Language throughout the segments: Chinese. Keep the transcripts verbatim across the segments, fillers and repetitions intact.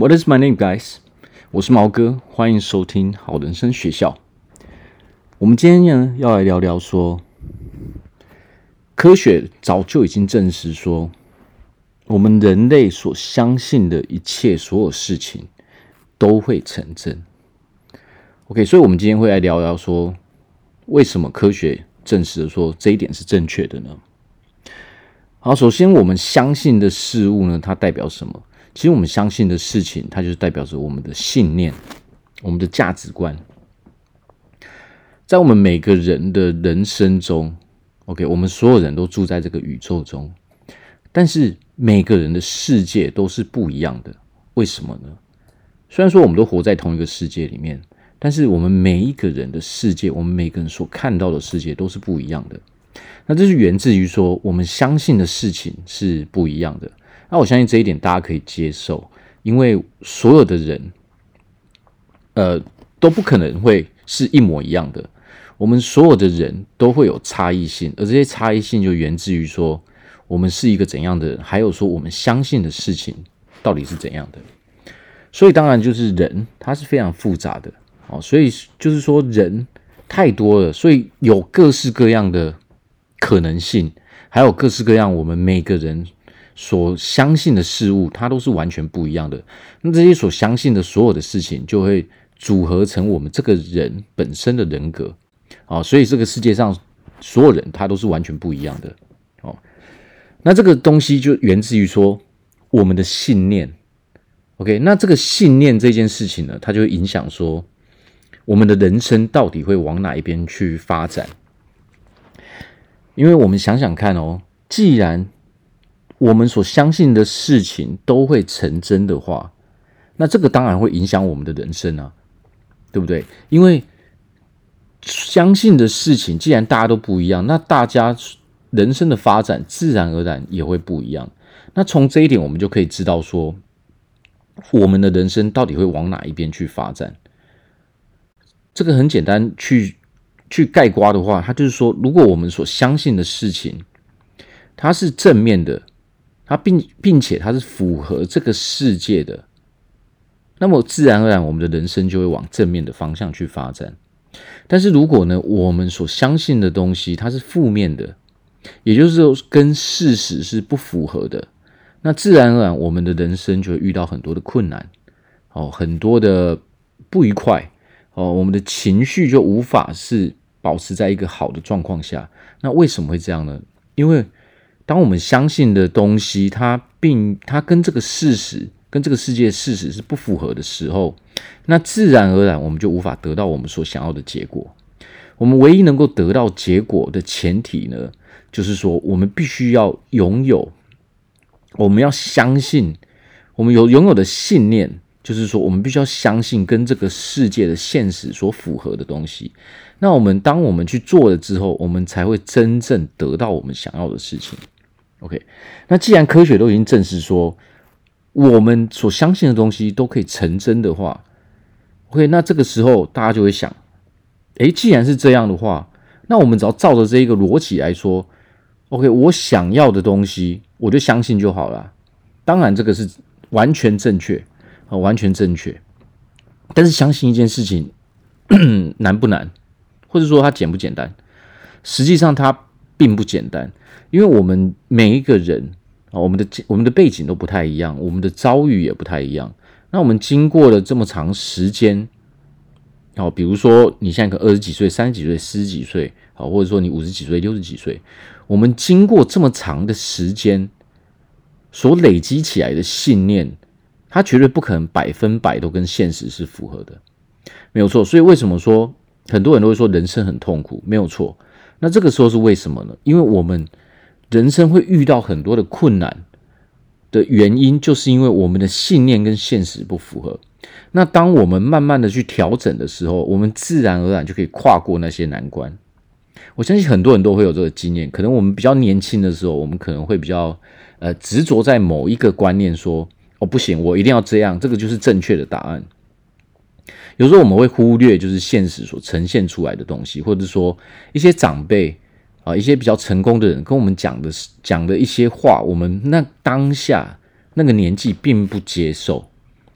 What is my name, guys？ 我是毛哥，欢迎收听好人生学校。我们今天呢要来聊聊说，科学早就已经证实说，我们人类所相信的一切所有事情都会成真。OK， 所以我们今天会来聊聊说，为什么科学证实了说这一点是正确的呢？好，首先我们相信的事物呢，它代表什么？其实我们相信的事情，它就是代表着我们的信念，我们的价值观。在我们每个人的人生中 ，OK， 我们所有人都住在这个宇宙中，但是每个人的世界都是不一样的。为什么呢？虽然说我们都活在同一个世界里面，但是我们每一个人的世界，我们每个人所看到的世界都是不一样的。那这是源自于说，我们相信的事情是不一样的。那我相信这一点大家可以接受，因为所有的人，呃，都不可能会是一模一样的。我们所有的人都会有差异性，而这些差异性就源自于说，我们是一个怎样的人，还有说我们相信的事情到底是怎样的。所以当然就是人，他是非常复杂的，哦，所以就是说人太多了，所以有各式各样的可能性，还有各式各样我们每个人所相信的事物，它都是完全不一样的。那这些所相信的所有的事情，就会组合成我们这个人本身的人格。哦，所以这个世界上所有人，他都是完全不一样的。哦，那这个东西就源自于说我们的信念。OK， 那这个信念这件事情呢，它就会影响说我们的人生到底会往哪一边去发展。因为我们想想看哦，既然我们所相信的事情都会成真的话，那这个当然会影响我们的人生啊，对不对？因为相信的事情既然大家都不一样，那大家人生的发展自然而然也会不一样。那从这一点我们就可以知道说，我们的人生到底会往哪一边去发展。这个很简单去去概括的话，它就是说，如果我们所相信的事情它是正面的，它 并, 并且它是符合这个世界的，那么自然而然我们的人生就会往正面的方向去发展。但是如果呢，我们所相信的东西它是负面的，也就是说跟事实是不符合的，那自然而然我们的人生就会遇到很多的困难，哦，很多的不愉快，哦，我们的情绪就无法是保持在一个好的状况下。那为什么会这样呢？因为当我们相信的东西它并它跟这个事实跟这个世界的事实是不符合的时候，那自然而然我们就无法得到我们所想要的结果。我们唯一能够得到结果的前提呢，就是说我们必须要拥有，我们要相信，我们有拥有的信念，就是说我们必须要相信跟这个世界的现实所符合的东西。那我们当我们去做了之后，我们才会真正得到我们想要的事情。OK， 那既然科学都已经证实说我们所相信的东西都可以成真的话， OK， 那这个时候大家就会想，诶，既然是这样的话，那我们只要照着这一个逻辑来说 OK， 我想要的东西我就相信就好了。当然这个是完全正确，完全正确。但是相信一件事情难不难，或者说它简不简单？实际上它并不简单，因为我们每一个人，我们的我们的背景都不太一样，我们的遭遇也不太一样。那我们经过了这么长时间，比如说你现在可能二十几岁、三十几岁、四十几岁，或者说你五十几岁、六十几岁，我们经过这么长的时间所累积起来的信念，它绝对不可能百分百都跟现实是符合的，没有错。所以为什么说很多人都会说人生很痛苦？没有错。那这个时候是为什么呢？因为我们人生会遇到很多的困难的原因，就是因为我们的信念跟现实不符合。那当我们慢慢的去调整的时候，我们自然而然就可以跨过那些难关。我相信很多人都会有这个经验，可能我们比较年轻的时候，我们可能会比较呃执着在某一个观念说，哦不行，我一定要这样，这个就是正确的答案。有时候我们会忽略就是现实所呈现出来的东西，或者说一些长辈啊，一些比较成功的人跟我们讲的讲的一些话，我们那当下那个年纪并不接受。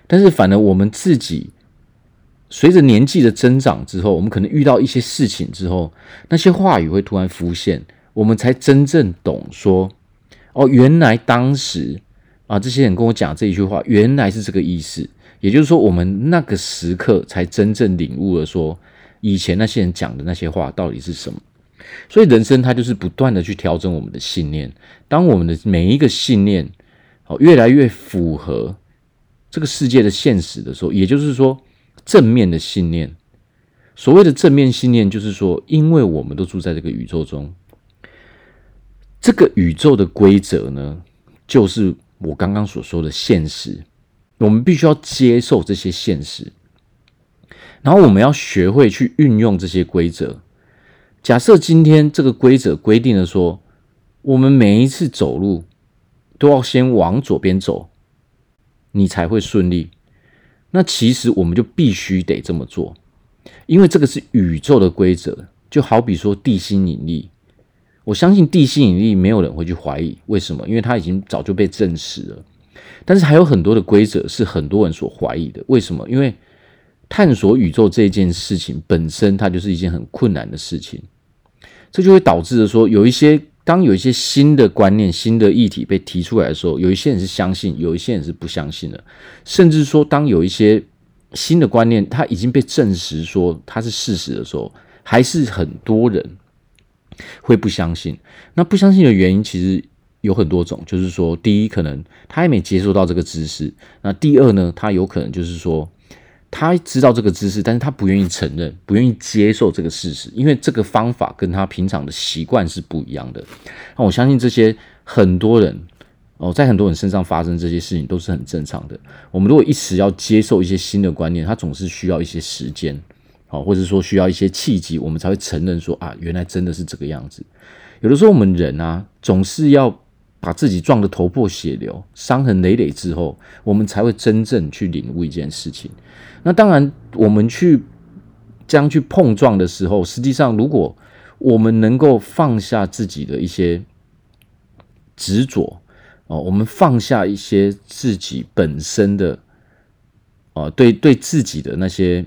但是反而我们自己随着年纪的增长之后，我们可能遇到一些事情之后，那些话语会突然浮现，我们才真正懂说，哦，原来当时啊，这些人跟我讲这一句话，原来是这个意思。也就是说，我们那个时刻才真正领悟了说，以前那些人讲的那些话到底是什么。所以人生它就是不断的去调整我们的信念。当我们的每一个信念越来越符合这个世界的现实的时候，也就是说正面的信念。所谓的正面信念就是说，因为我们都住在这个宇宙中，这个宇宙的规则呢，就是我刚刚所说的现实。我们必须要接受这些现实，然后我们要学会去运用这些规则。假设今天这个规则规定了说，我们每一次走路都要先往左边走，你才会顺利。那其实我们就必须得这么做，因为这个是宇宙的规则。就好比说地心引力，我相信地心引力没有人会去怀疑，为什么？因为它已经早就被证实了。但是还有很多的规则是很多人所怀疑的，为什么？因为探索宇宙这件事情本身它就是一件很困难的事情，这就会导致的说，有一些当有一些新的观念、新的议题被提出来的时候，有一些人是相信，有一些人是不相信的，甚至说当有一些新的观念它已经被证实说它是事实的时候，还是很多人会不相信。那不相信的原因其实有很多种，就是说，第一，可能他还没接受到这个知识；那第二呢，他有可能就是说，他知道这个知识，但是他不愿意承认，不愿意接受这个事实，因为这个方法跟他平常的习惯是不一样的。那我相信这些很多人哦，在很多人身上发生这些事情都是很正常的。我们如果一时要接受一些新的观念，它总是需要一些时间，哦，或者说需要一些契机，我们才会承认说啊，原来真的是这个样子。有的时候我们人啊，总是要把自己撞得头破血流、伤痕累累之后，我们才会真正去领悟一件事情。那当然，我们去这样去碰撞的时候，实际上如果我们能够放下自己的一些执着，哦，我们放下一些自己本身的，哦，对对自己的那些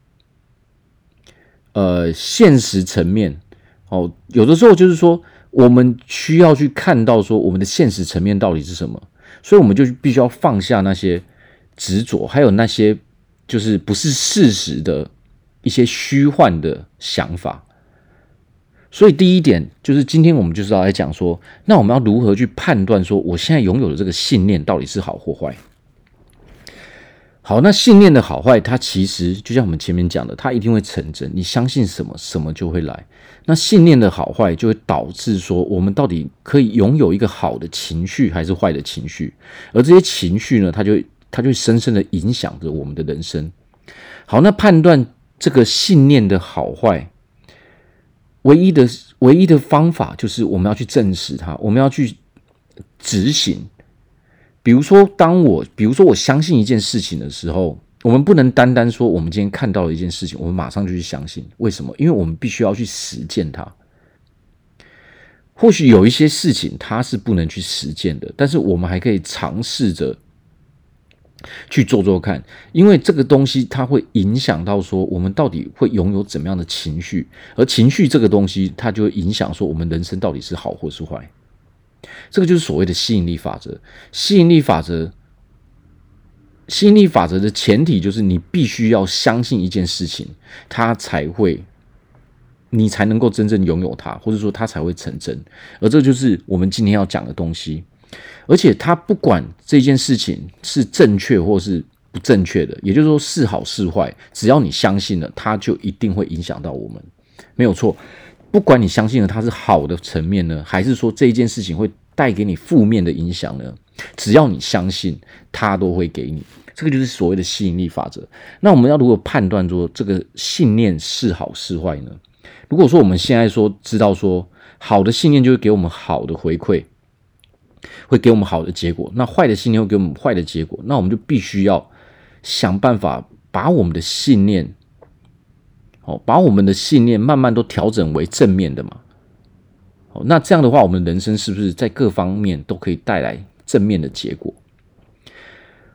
呃现实层面，哦，有的时候就是说，我们需要去看到说我们的现实层面到底是什么，所以我们就必须要放下那些执着，还有那些就是不是事实的一些虚幻的想法。所以第一点就是今天我们就是要来讲说，那我们要如何去判断说我现在拥有的这个信念到底是好或坏。好，那信念的好坏，它其实就像我们前面讲的，它一定会成真。你相信什么，什么就会来。那信念的好坏，就会导致说，我们到底可以拥有一个好的情绪，还是坏的情绪？而这些情绪呢，它就它就会深深的影响着我们的人生。好，那判断这个信念的好坏，唯一的唯一的方法就是我们要去证实它，我们要去执行。比如说，当我比如说我相信一件事情的时候，我们不能单单说我们今天看到了一件事情，我们马上就去相信。为什么？因为我们必须要去实践它。或许有一些事情它是不能去实践的，但是我们还可以尝试着去做做看，因为这个东西它会影响到说我们到底会拥有怎么样的情绪，而情绪这个东西它就会影响说我们人生到底是好或是坏。这个就是所谓的吸引力法则。吸引力法则，吸引力法则的前提就是你必须要相信一件事情，它才会，你才能够真正拥有它，或者说它才会成真。而这就是我们今天要讲的东西。而且它不管这件事情是正确或是不正确的，也就是说是好是坏，只要你相信了，它就一定会影响到我们，没有错。不管你相信了它是好的层面呢，还是说这一件事情会带给你负面的影响呢，只要你相信，它都会给你。这个就是所谓的吸引力法则。那我们要如何判断说这个信念是好是坏呢？如果说我们现在说知道说好的信念就会给我们好的回馈，会给我们好的结果，那坏的信念会给我们坏的结果，那我们就必须要想办法把我们的信念把我们的信念慢慢都调整为正面的嘛。那这样的话，我们人生是不是在各方面都可以带来正面的结果？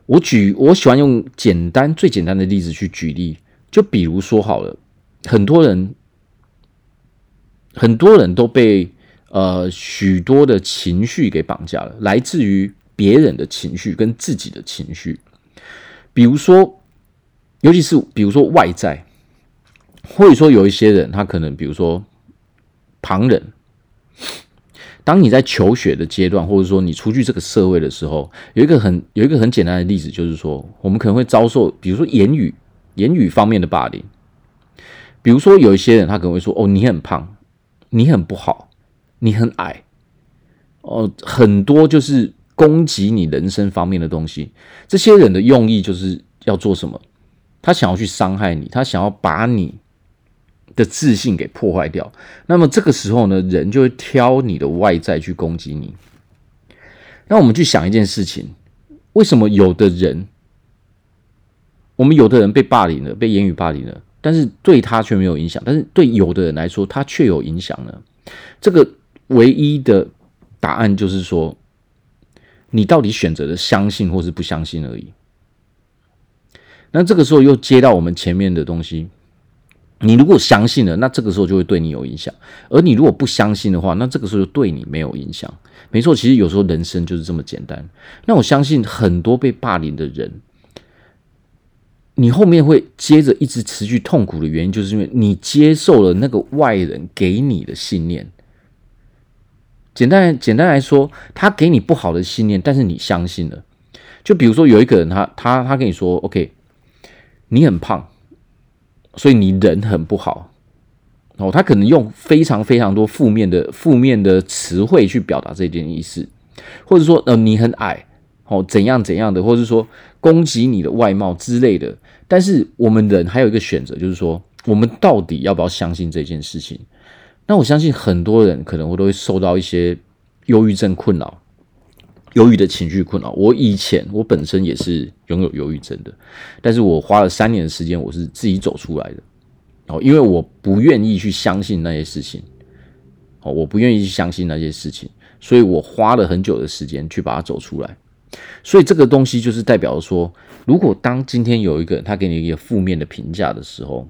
我举我喜欢用简单最简单的例子去举例，就比如说好了，很多人很多人都被呃许多的情绪给绑架了，来自于别人的情绪跟自己的情绪。比如说，尤其是比如说外在，或者说有一些人他可能比如说旁人。当你在求学的阶段，或者说你出去这个社会的时候，有一个很有一个很简单的例子，就是说，我们可能会遭受，比如说言语言语方面的霸凌。比如说有一些人他可能会说：“哦，你很胖，你很不好，你很矮。”哦，很多就是攻击你人生方面的东西。这些人的用意就是要做什么？他想要去伤害你，他想要把你的自信给破坏掉。那么这个时候呢，人就会挑你的外在去攻击你。那我们去想一件事情，为什么有的人，我们有的人被霸凌了，被言语霸凌了，但是对他却没有影响，但是对有的人来说，他却有影响呢？这个唯一的答案就是说，你到底选择了相信或是不相信而已。那这个时候又接到我们前面的东西。你如果相信了，那这个时候就会对你有影响；而你如果不相信的话，那这个时候就对你没有影响。没错，其实有时候人生就是这么简单。那我相信很多被霸凌的人，你后面会接着一直持续痛苦的原因，就是因为你接受了那个外人给你的信念。简单简单来说，他给你不好的信念，但是你相信了。就比如说有一个人他，他他他跟你说 ：“OK， 你很胖。”所以你人很不好，哦，他可能用非常非常多负面的负面的词汇去表达这件意思，或者说呃你很矮，哦怎样怎样的，或者说攻击你的外貌之类的。但是我们人还有一个选择，就是说我们到底要不要相信这件事情？那我相信很多人可能都会受到一些忧郁症困扰。忧郁的情绪困扰，我以前我本身也是拥有忧郁症的，但是我花了三年的时间，我是自己走出来的。哦，因为我不愿意去相信那些事情，哦，我不愿意去相信那些事情，所以我花了很久的时间去把它走出来。所以这个东西就是代表说，如果当今天有一个人他给你一个负面的评价的时候，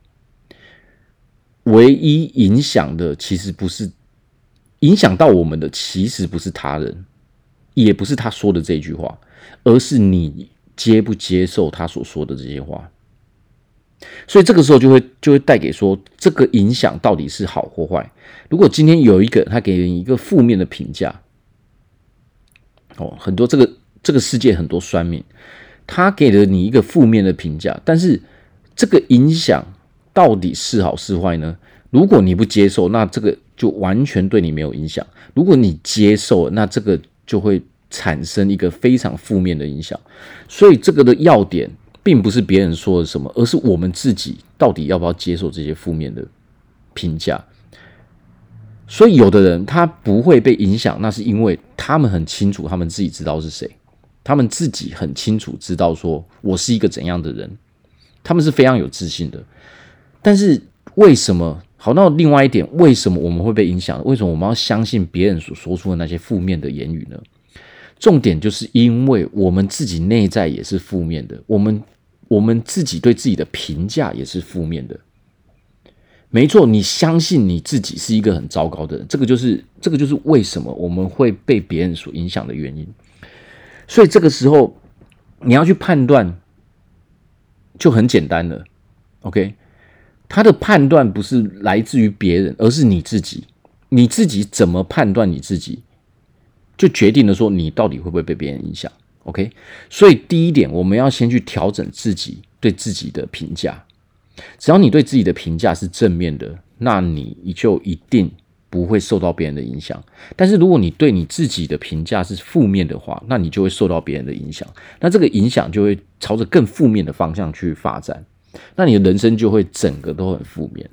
唯一影响的其实不是影响到我们的，其实不是他人。也不是他说的这一句话，而是你接不接受他所说的这些话。所以这个时候就会就会带给说，这个影响到底是好或坏。如果今天有一个他给你一个负面的评价，哦，很多这个这个世界很多酸民，他给了你一个负面的评价，但是这个影响到底是好是坏呢？如果你不接受，那这个就完全对你没有影响；如果你接受，那这个就会产生一个非常负面的影响。所以这个的要点并不是别人说的什么，而是我们自己到底要不要接受这些负面的评价。所以有的人他不会被影响，那是因为他们很清楚，他们自己知道是谁，他们自己很清楚知道说我是一个怎样的人，他们是非常有自信的。但是为什么好？那另外一点，为什么我们会被影响？为什么我们要相信别人所说出的那些负面的言语呢？重点就是因为我们自己内在也是负面的，我们我们自己对自己的评价也是负面的。没错，你相信你自己是一个很糟糕的人，这个就是这个就是为什么我们会被别人所影响的原因。所以这个时候你要去判断，就很简单了。OK。他的判断不是来自于别人，而是你自己。你自己怎么判断你自己，就决定了说你到底会不会被别人影响。OK， 所以第一点，我们要先去调整自己对自己的评价。只要你对自己的评价是正面的，那你就一定不会受到别人的影响。但是如果你对你自己的评价是负面的话，那你就会受到别人的影响。那这个影响就会朝着更负面的方向去发展。那你的人生就会整个都很负面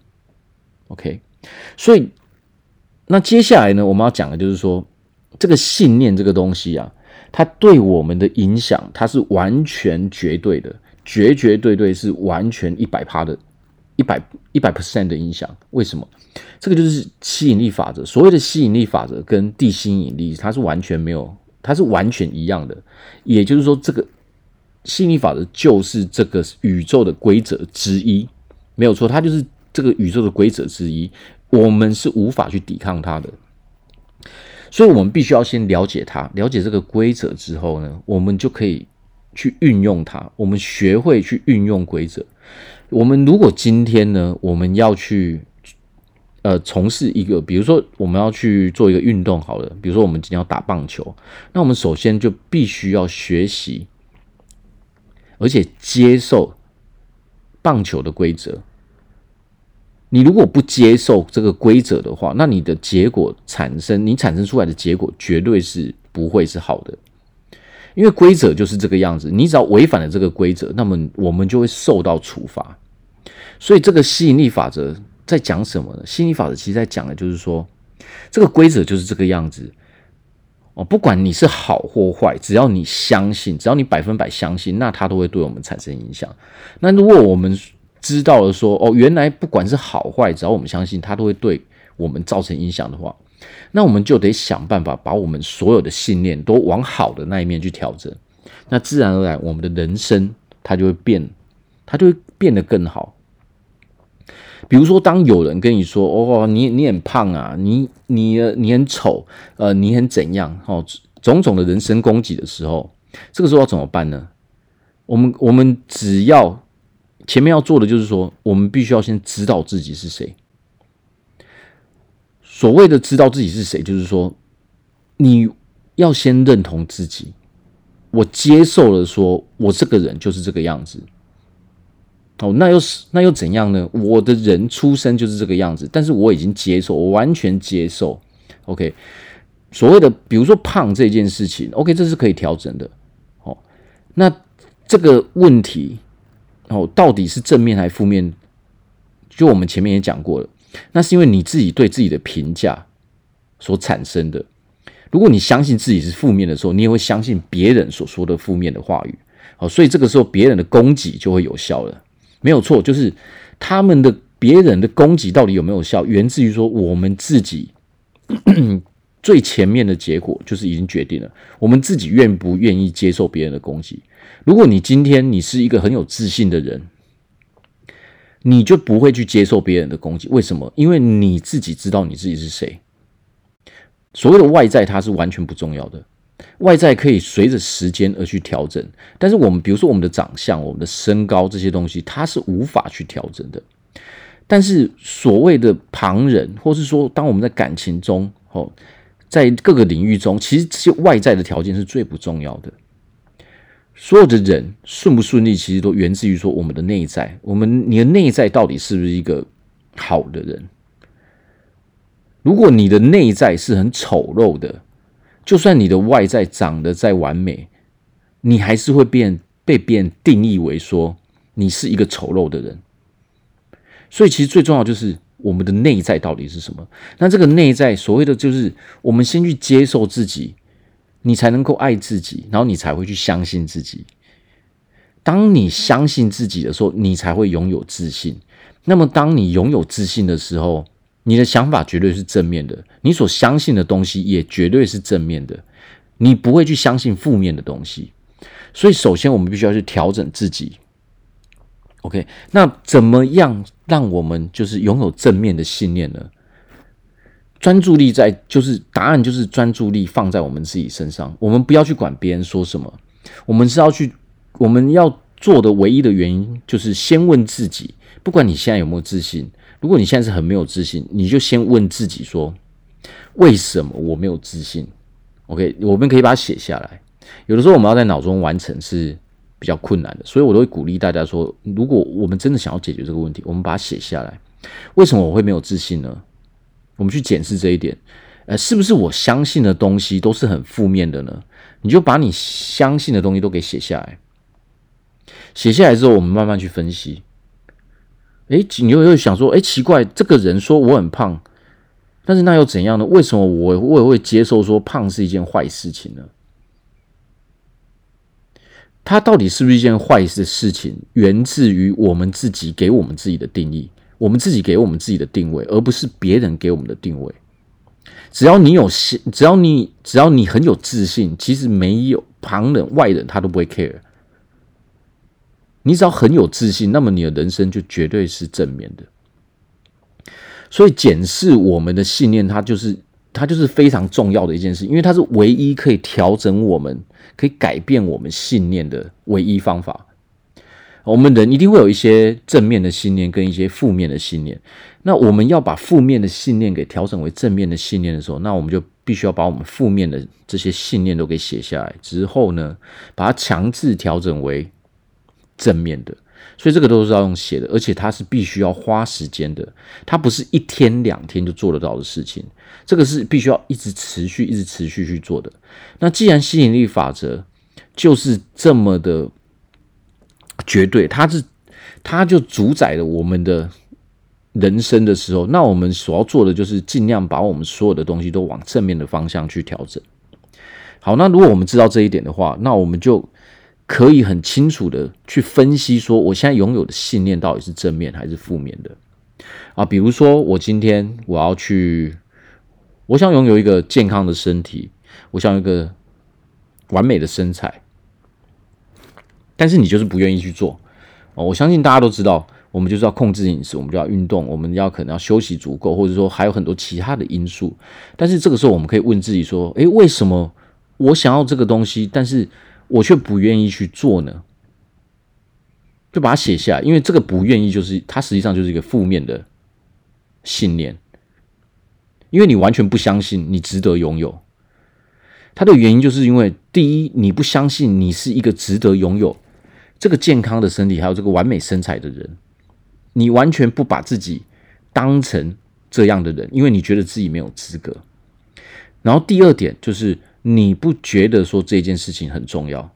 ，OK？ 所以，那接下来呢，我们要讲的就是说，这个信念这个东西啊，它对我们的影响，它是完全绝对的，绝绝对对是完全一百趴的，一百一百 percent 的影响。为什么？这个就是吸引力法则。所谓的吸引力法则跟地心引力，它是完全没有，它是完全一样的。也就是说，这个吸引力法则就是这个宇宙的规则之一，没有错，它就是这个宇宙的规则之一，我们是无法去抵抗它的。所以我们必须要先了解它，了解这个规则之后呢，我们就可以去运用它，我们学会去运用规则。我们如果今天呢，我们要去呃从事一个，比如说我们要去做一个运动好了，比如说我们今天要打棒球，那我们首先就必须要学习，而且接受棒球的规则。你如果不接受这个规则的话，那你的结果产生，你产生出来的结果绝对是不会是好的。因为规则就是这个样子，你只要违反了这个规则，那么我们就会受到处罚。所以这个吸引力法则在讲什么呢？吸引力法则其实在讲的就是说，这个规则就是这个样子。哦，不管你是好或坏，只要你相信，只要你百分百相信，那它都会对我们产生影响。那如果我们知道了说，哦，原来不管是好坏，只要我们相信，它都会对我们造成影响的话，那我们就得想办法把我们所有的信念都往好的那一面去调整。那自然而然，我们的人生它就会变，它就会变得更好。比如说，当有人跟你说：“哦，你你很胖啊，你你你很丑，呃，你很怎样？”哦，种种的人身攻击的时候，这个时候要怎么办呢？我们我们只要前面要做的就是说，我们必须要先知道自己是谁。所谓的知道自己是谁，就是说，你要先认同自己，我接受了说，我这个人就是这个样子。哦，那又是那又怎样呢？我的人出生就是这个样子，但是我已经接受，我完全接受。OK， 所谓的比如说胖这件事情 ，OK， 这是可以调整的。哦，那这个问题哦，到底是正面还是负面？就我们前面也讲过了，那是因为你自己对自己的评价所产生的。如果你相信自己是负面的时候，你也会相信别人所说的负面的话语。好，所以这个时候别人的攻击就会有效了。没有错，就是他们的别人的攻击到底有没有效，源自于说我们自己最前面的结果就是已经决定了，我们自己愿不愿意接受别人的攻击。如果你今天你是一个很有自信的人，你就不会去接受别人的攻击。为什么？因为你自己知道你自己是谁。所谓的外在，它是完全不重要的。外在可以随着时间而去调整，但是我们比如说我们的长相、我们的身高这些东西，它是无法去调整的。但是所谓的旁人，或是说当我们在感情中、哦、在各个领域中，其实这些外在的条件是最不重要的。所有的人顺不顺利，其实都源自于说我们的内在，我们你的内在到底是不是一个好的人？如果你的内在是很丑陋的，就算你的外在长得再完美，你还是会变被别人定义为说你是一个丑陋的人。所以其实最重要就是我们的内在到底是什么。那这个内在所谓的就是我们先去接受自己，你才能够爱自己，然后你才会去相信自己。当你相信自己的时候，你才会拥有自信。那么当你拥有自信的时候，你的想法绝对是正面的，你所相信的东西也绝对是正面的，你不会去相信负面的东西。所以首先我们必须要去调整自己。 OK， 那怎么样让我们就是拥有正面的信念呢？专注力在就是答案就是专注力放在我们自己身上，我们不要去管别人说什么，我们是要去我们要做的唯一的原因就是先问自己，不管你现在有没有自信，如果你现在是很没有自信，你就先问自己说，为什么我没有自信？ OK， 我们可以把它写下来。有的时候我们要在脑中完成是比较困难的，所以我都会鼓励大家说，如果我们真的想要解决这个问题，我们把它写下来。为什么我会没有自信呢？我们去检视这一点，呃，是不是我相信的东西都是很负面的呢？你就把你相信的东西都给写下来。写下来之后，我们慢慢去分析。诶，你又会想说，诶，奇怪，这个人说我很胖，但是那又怎样呢？为什么我我也会接受说胖是一件坏事情呢？它到底是不是一件坏的事情，源自于我们自己给我们自己的定义，我们自己给我们自己的定位，而不是别人给我们的定位。只要你有，只要你只要你很有自信，其实没有旁人、外人他都不会 care。 你只要很有自信，那么你的人生就绝对是正面的。所以检视我们的信念，它就是它就是非常重要的一件事，因为它是唯一可以调整我们、可以改变我们信念的唯一方法。我们人一定会有一些正面的信念跟一些负面的信念，那我们要把负面的信念给调整为正面的信念的时候，那我们就必须要把我们负面的这些信念都给写下来之后呢，把它强制调整为正面的。所以这个都是要用写的，而且它是必须要花时间的，它不是一天两天就做得到的事情，这个是必须要一直持续一直持续去做的。那既然吸引力法则就是这么的绝对，它是它就主宰了我们的人生的时候，那我们所要做的就是尽量把我们所有的东西都往正面的方向去调整。好，那如果我们知道这一点的话，那我们就可以很清楚的去分析说，我现在拥有的信念到底是正面还是负面的啊？比如说，我今天我要去，我想拥有一个健康的身体，我想有一个完美的身材，但是你就是不愿意去做哦。我相信大家都知道，我们就是要控制饮食，我们就要运动，我们要可能要休息足够，或者说还有很多其他的因素。但是这个时候，我们可以问自己说：诶，为什么我想要这个东西，但是我却不愿意去做呢？就把它写下来，因为这个不愿意就是它实际上就是一个负面的信念，因为你完全不相信你值得拥有。它的原因就是因为第一，你不相信你是一个值得拥有这个健康的身体还有这个完美身材的人，你完全不把自己当成这样的人，因为你觉得自己没有资格。然后第二点就是你不觉得说这件事情很重要，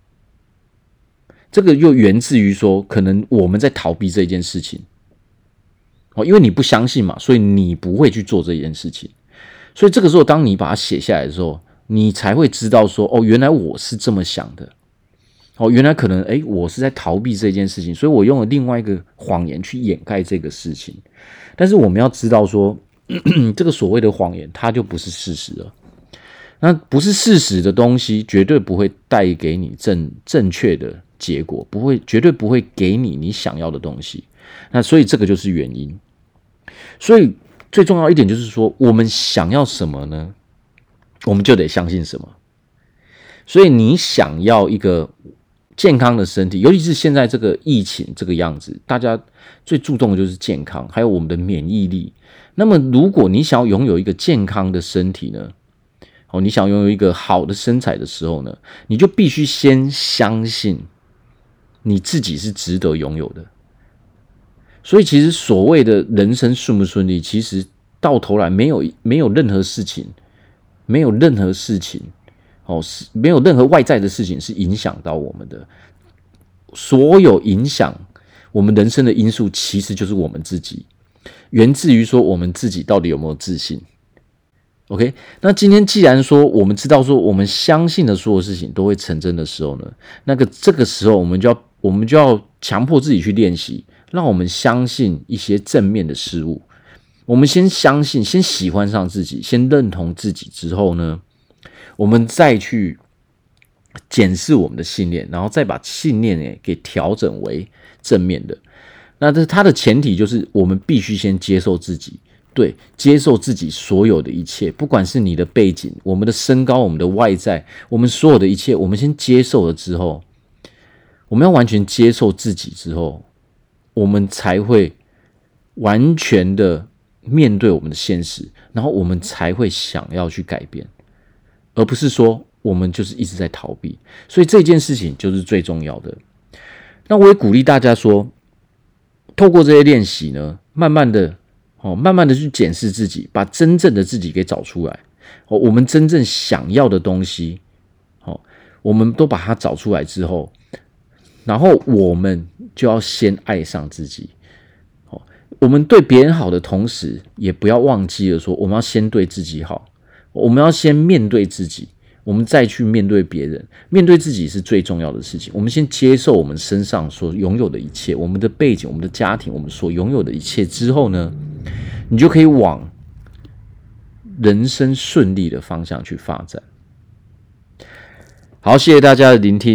这个又源自于说可能我们在逃避这件事情，因为你不相信嘛，所以你不会去做这件事情。所以这个时候当你把它写下来的时候，你才会知道说，哦，原来我是这么想的，哦，原来可能诶我是在逃避这件事情，所以我用了另外一个谎言去掩盖这个事情。但是我们要知道说咳咳这个所谓的谎言它就不是事实了，那不是事实的东西绝对不会带给你正正确的结果，不会绝对不会给你你想要的东西。那所以这个就是原因。所以最重要一点就是说，我们想要什么呢，我们就得相信什么。所以你想要一个健康的身体，尤其是现在这个疫情这个样子，大家最注重的就是健康，还有我们的免疫力。那么如果你想要拥有一个健康的身体呢，哦，你想拥有一个好的身材的时候呢，你就必须先相信你自己是值得拥有的。所以其实所谓的人生顺不顺利，其实到头来没有没有任何事情，没有任何事情，哦，没有任何外在的事情是影响到我们的。所有影响我们人生的因素，其实就是我们自己，源自于说我们自己到底有没有自信。OK， 那今天既然说我们知道说我们相信的所有事情都会成真的时候呢，那个这个时候我们就要我们就要强迫自己去练习，让我们相信一些正面的事物。我们先相信，先喜欢上自己，先认同自己之后呢，我们再去检视我们的信念，然后再把信念给调整为正面的。那这它的前提就是我们必须先接受自己。对，接受自己所有的一切，不管是你的背景、我们的身高、我们的外在，我们所有的一切，我们先接受了之后，我们要完全接受自己之后，我们才会完全的面对我们的现实，然后我们才会想要去改变，而不是说我们就是一直在逃避。所以这件事情就是最重要的。那我也鼓励大家说，透过这些练习呢，慢慢的哦，慢慢的去检视自己，把真正的自己给找出来。哦，我们真正想要的东西，哦，我们都把它找出来之后，然后我们就要先爱上自己。哦，我们对别人好的同时，也不要忘记了说，我们要先对自己好，我们要先面对自己，我们再去面对别人。面对自己是最重要的事情。我们先接受我们身上所拥有的一切，我们的背景、我们的家庭、我们所拥有的一切之后呢，你就可以往人生顺利的方向去发展。好，谢谢大家的聆听。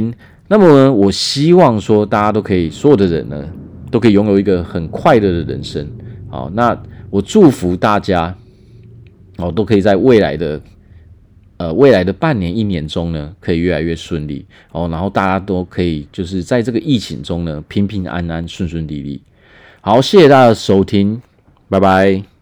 那么呢，我希望说大家都可以，所有的人呢，都可以拥有一个很快乐的人生。好，那我祝福大家，哦，都可以在未来的呃未来的半年一年中呢，可以越来越顺利哦，然后大家都可以就是在这个疫情中呢，平平安安、顺顺利利。好，谢谢大家的收听，拜拜。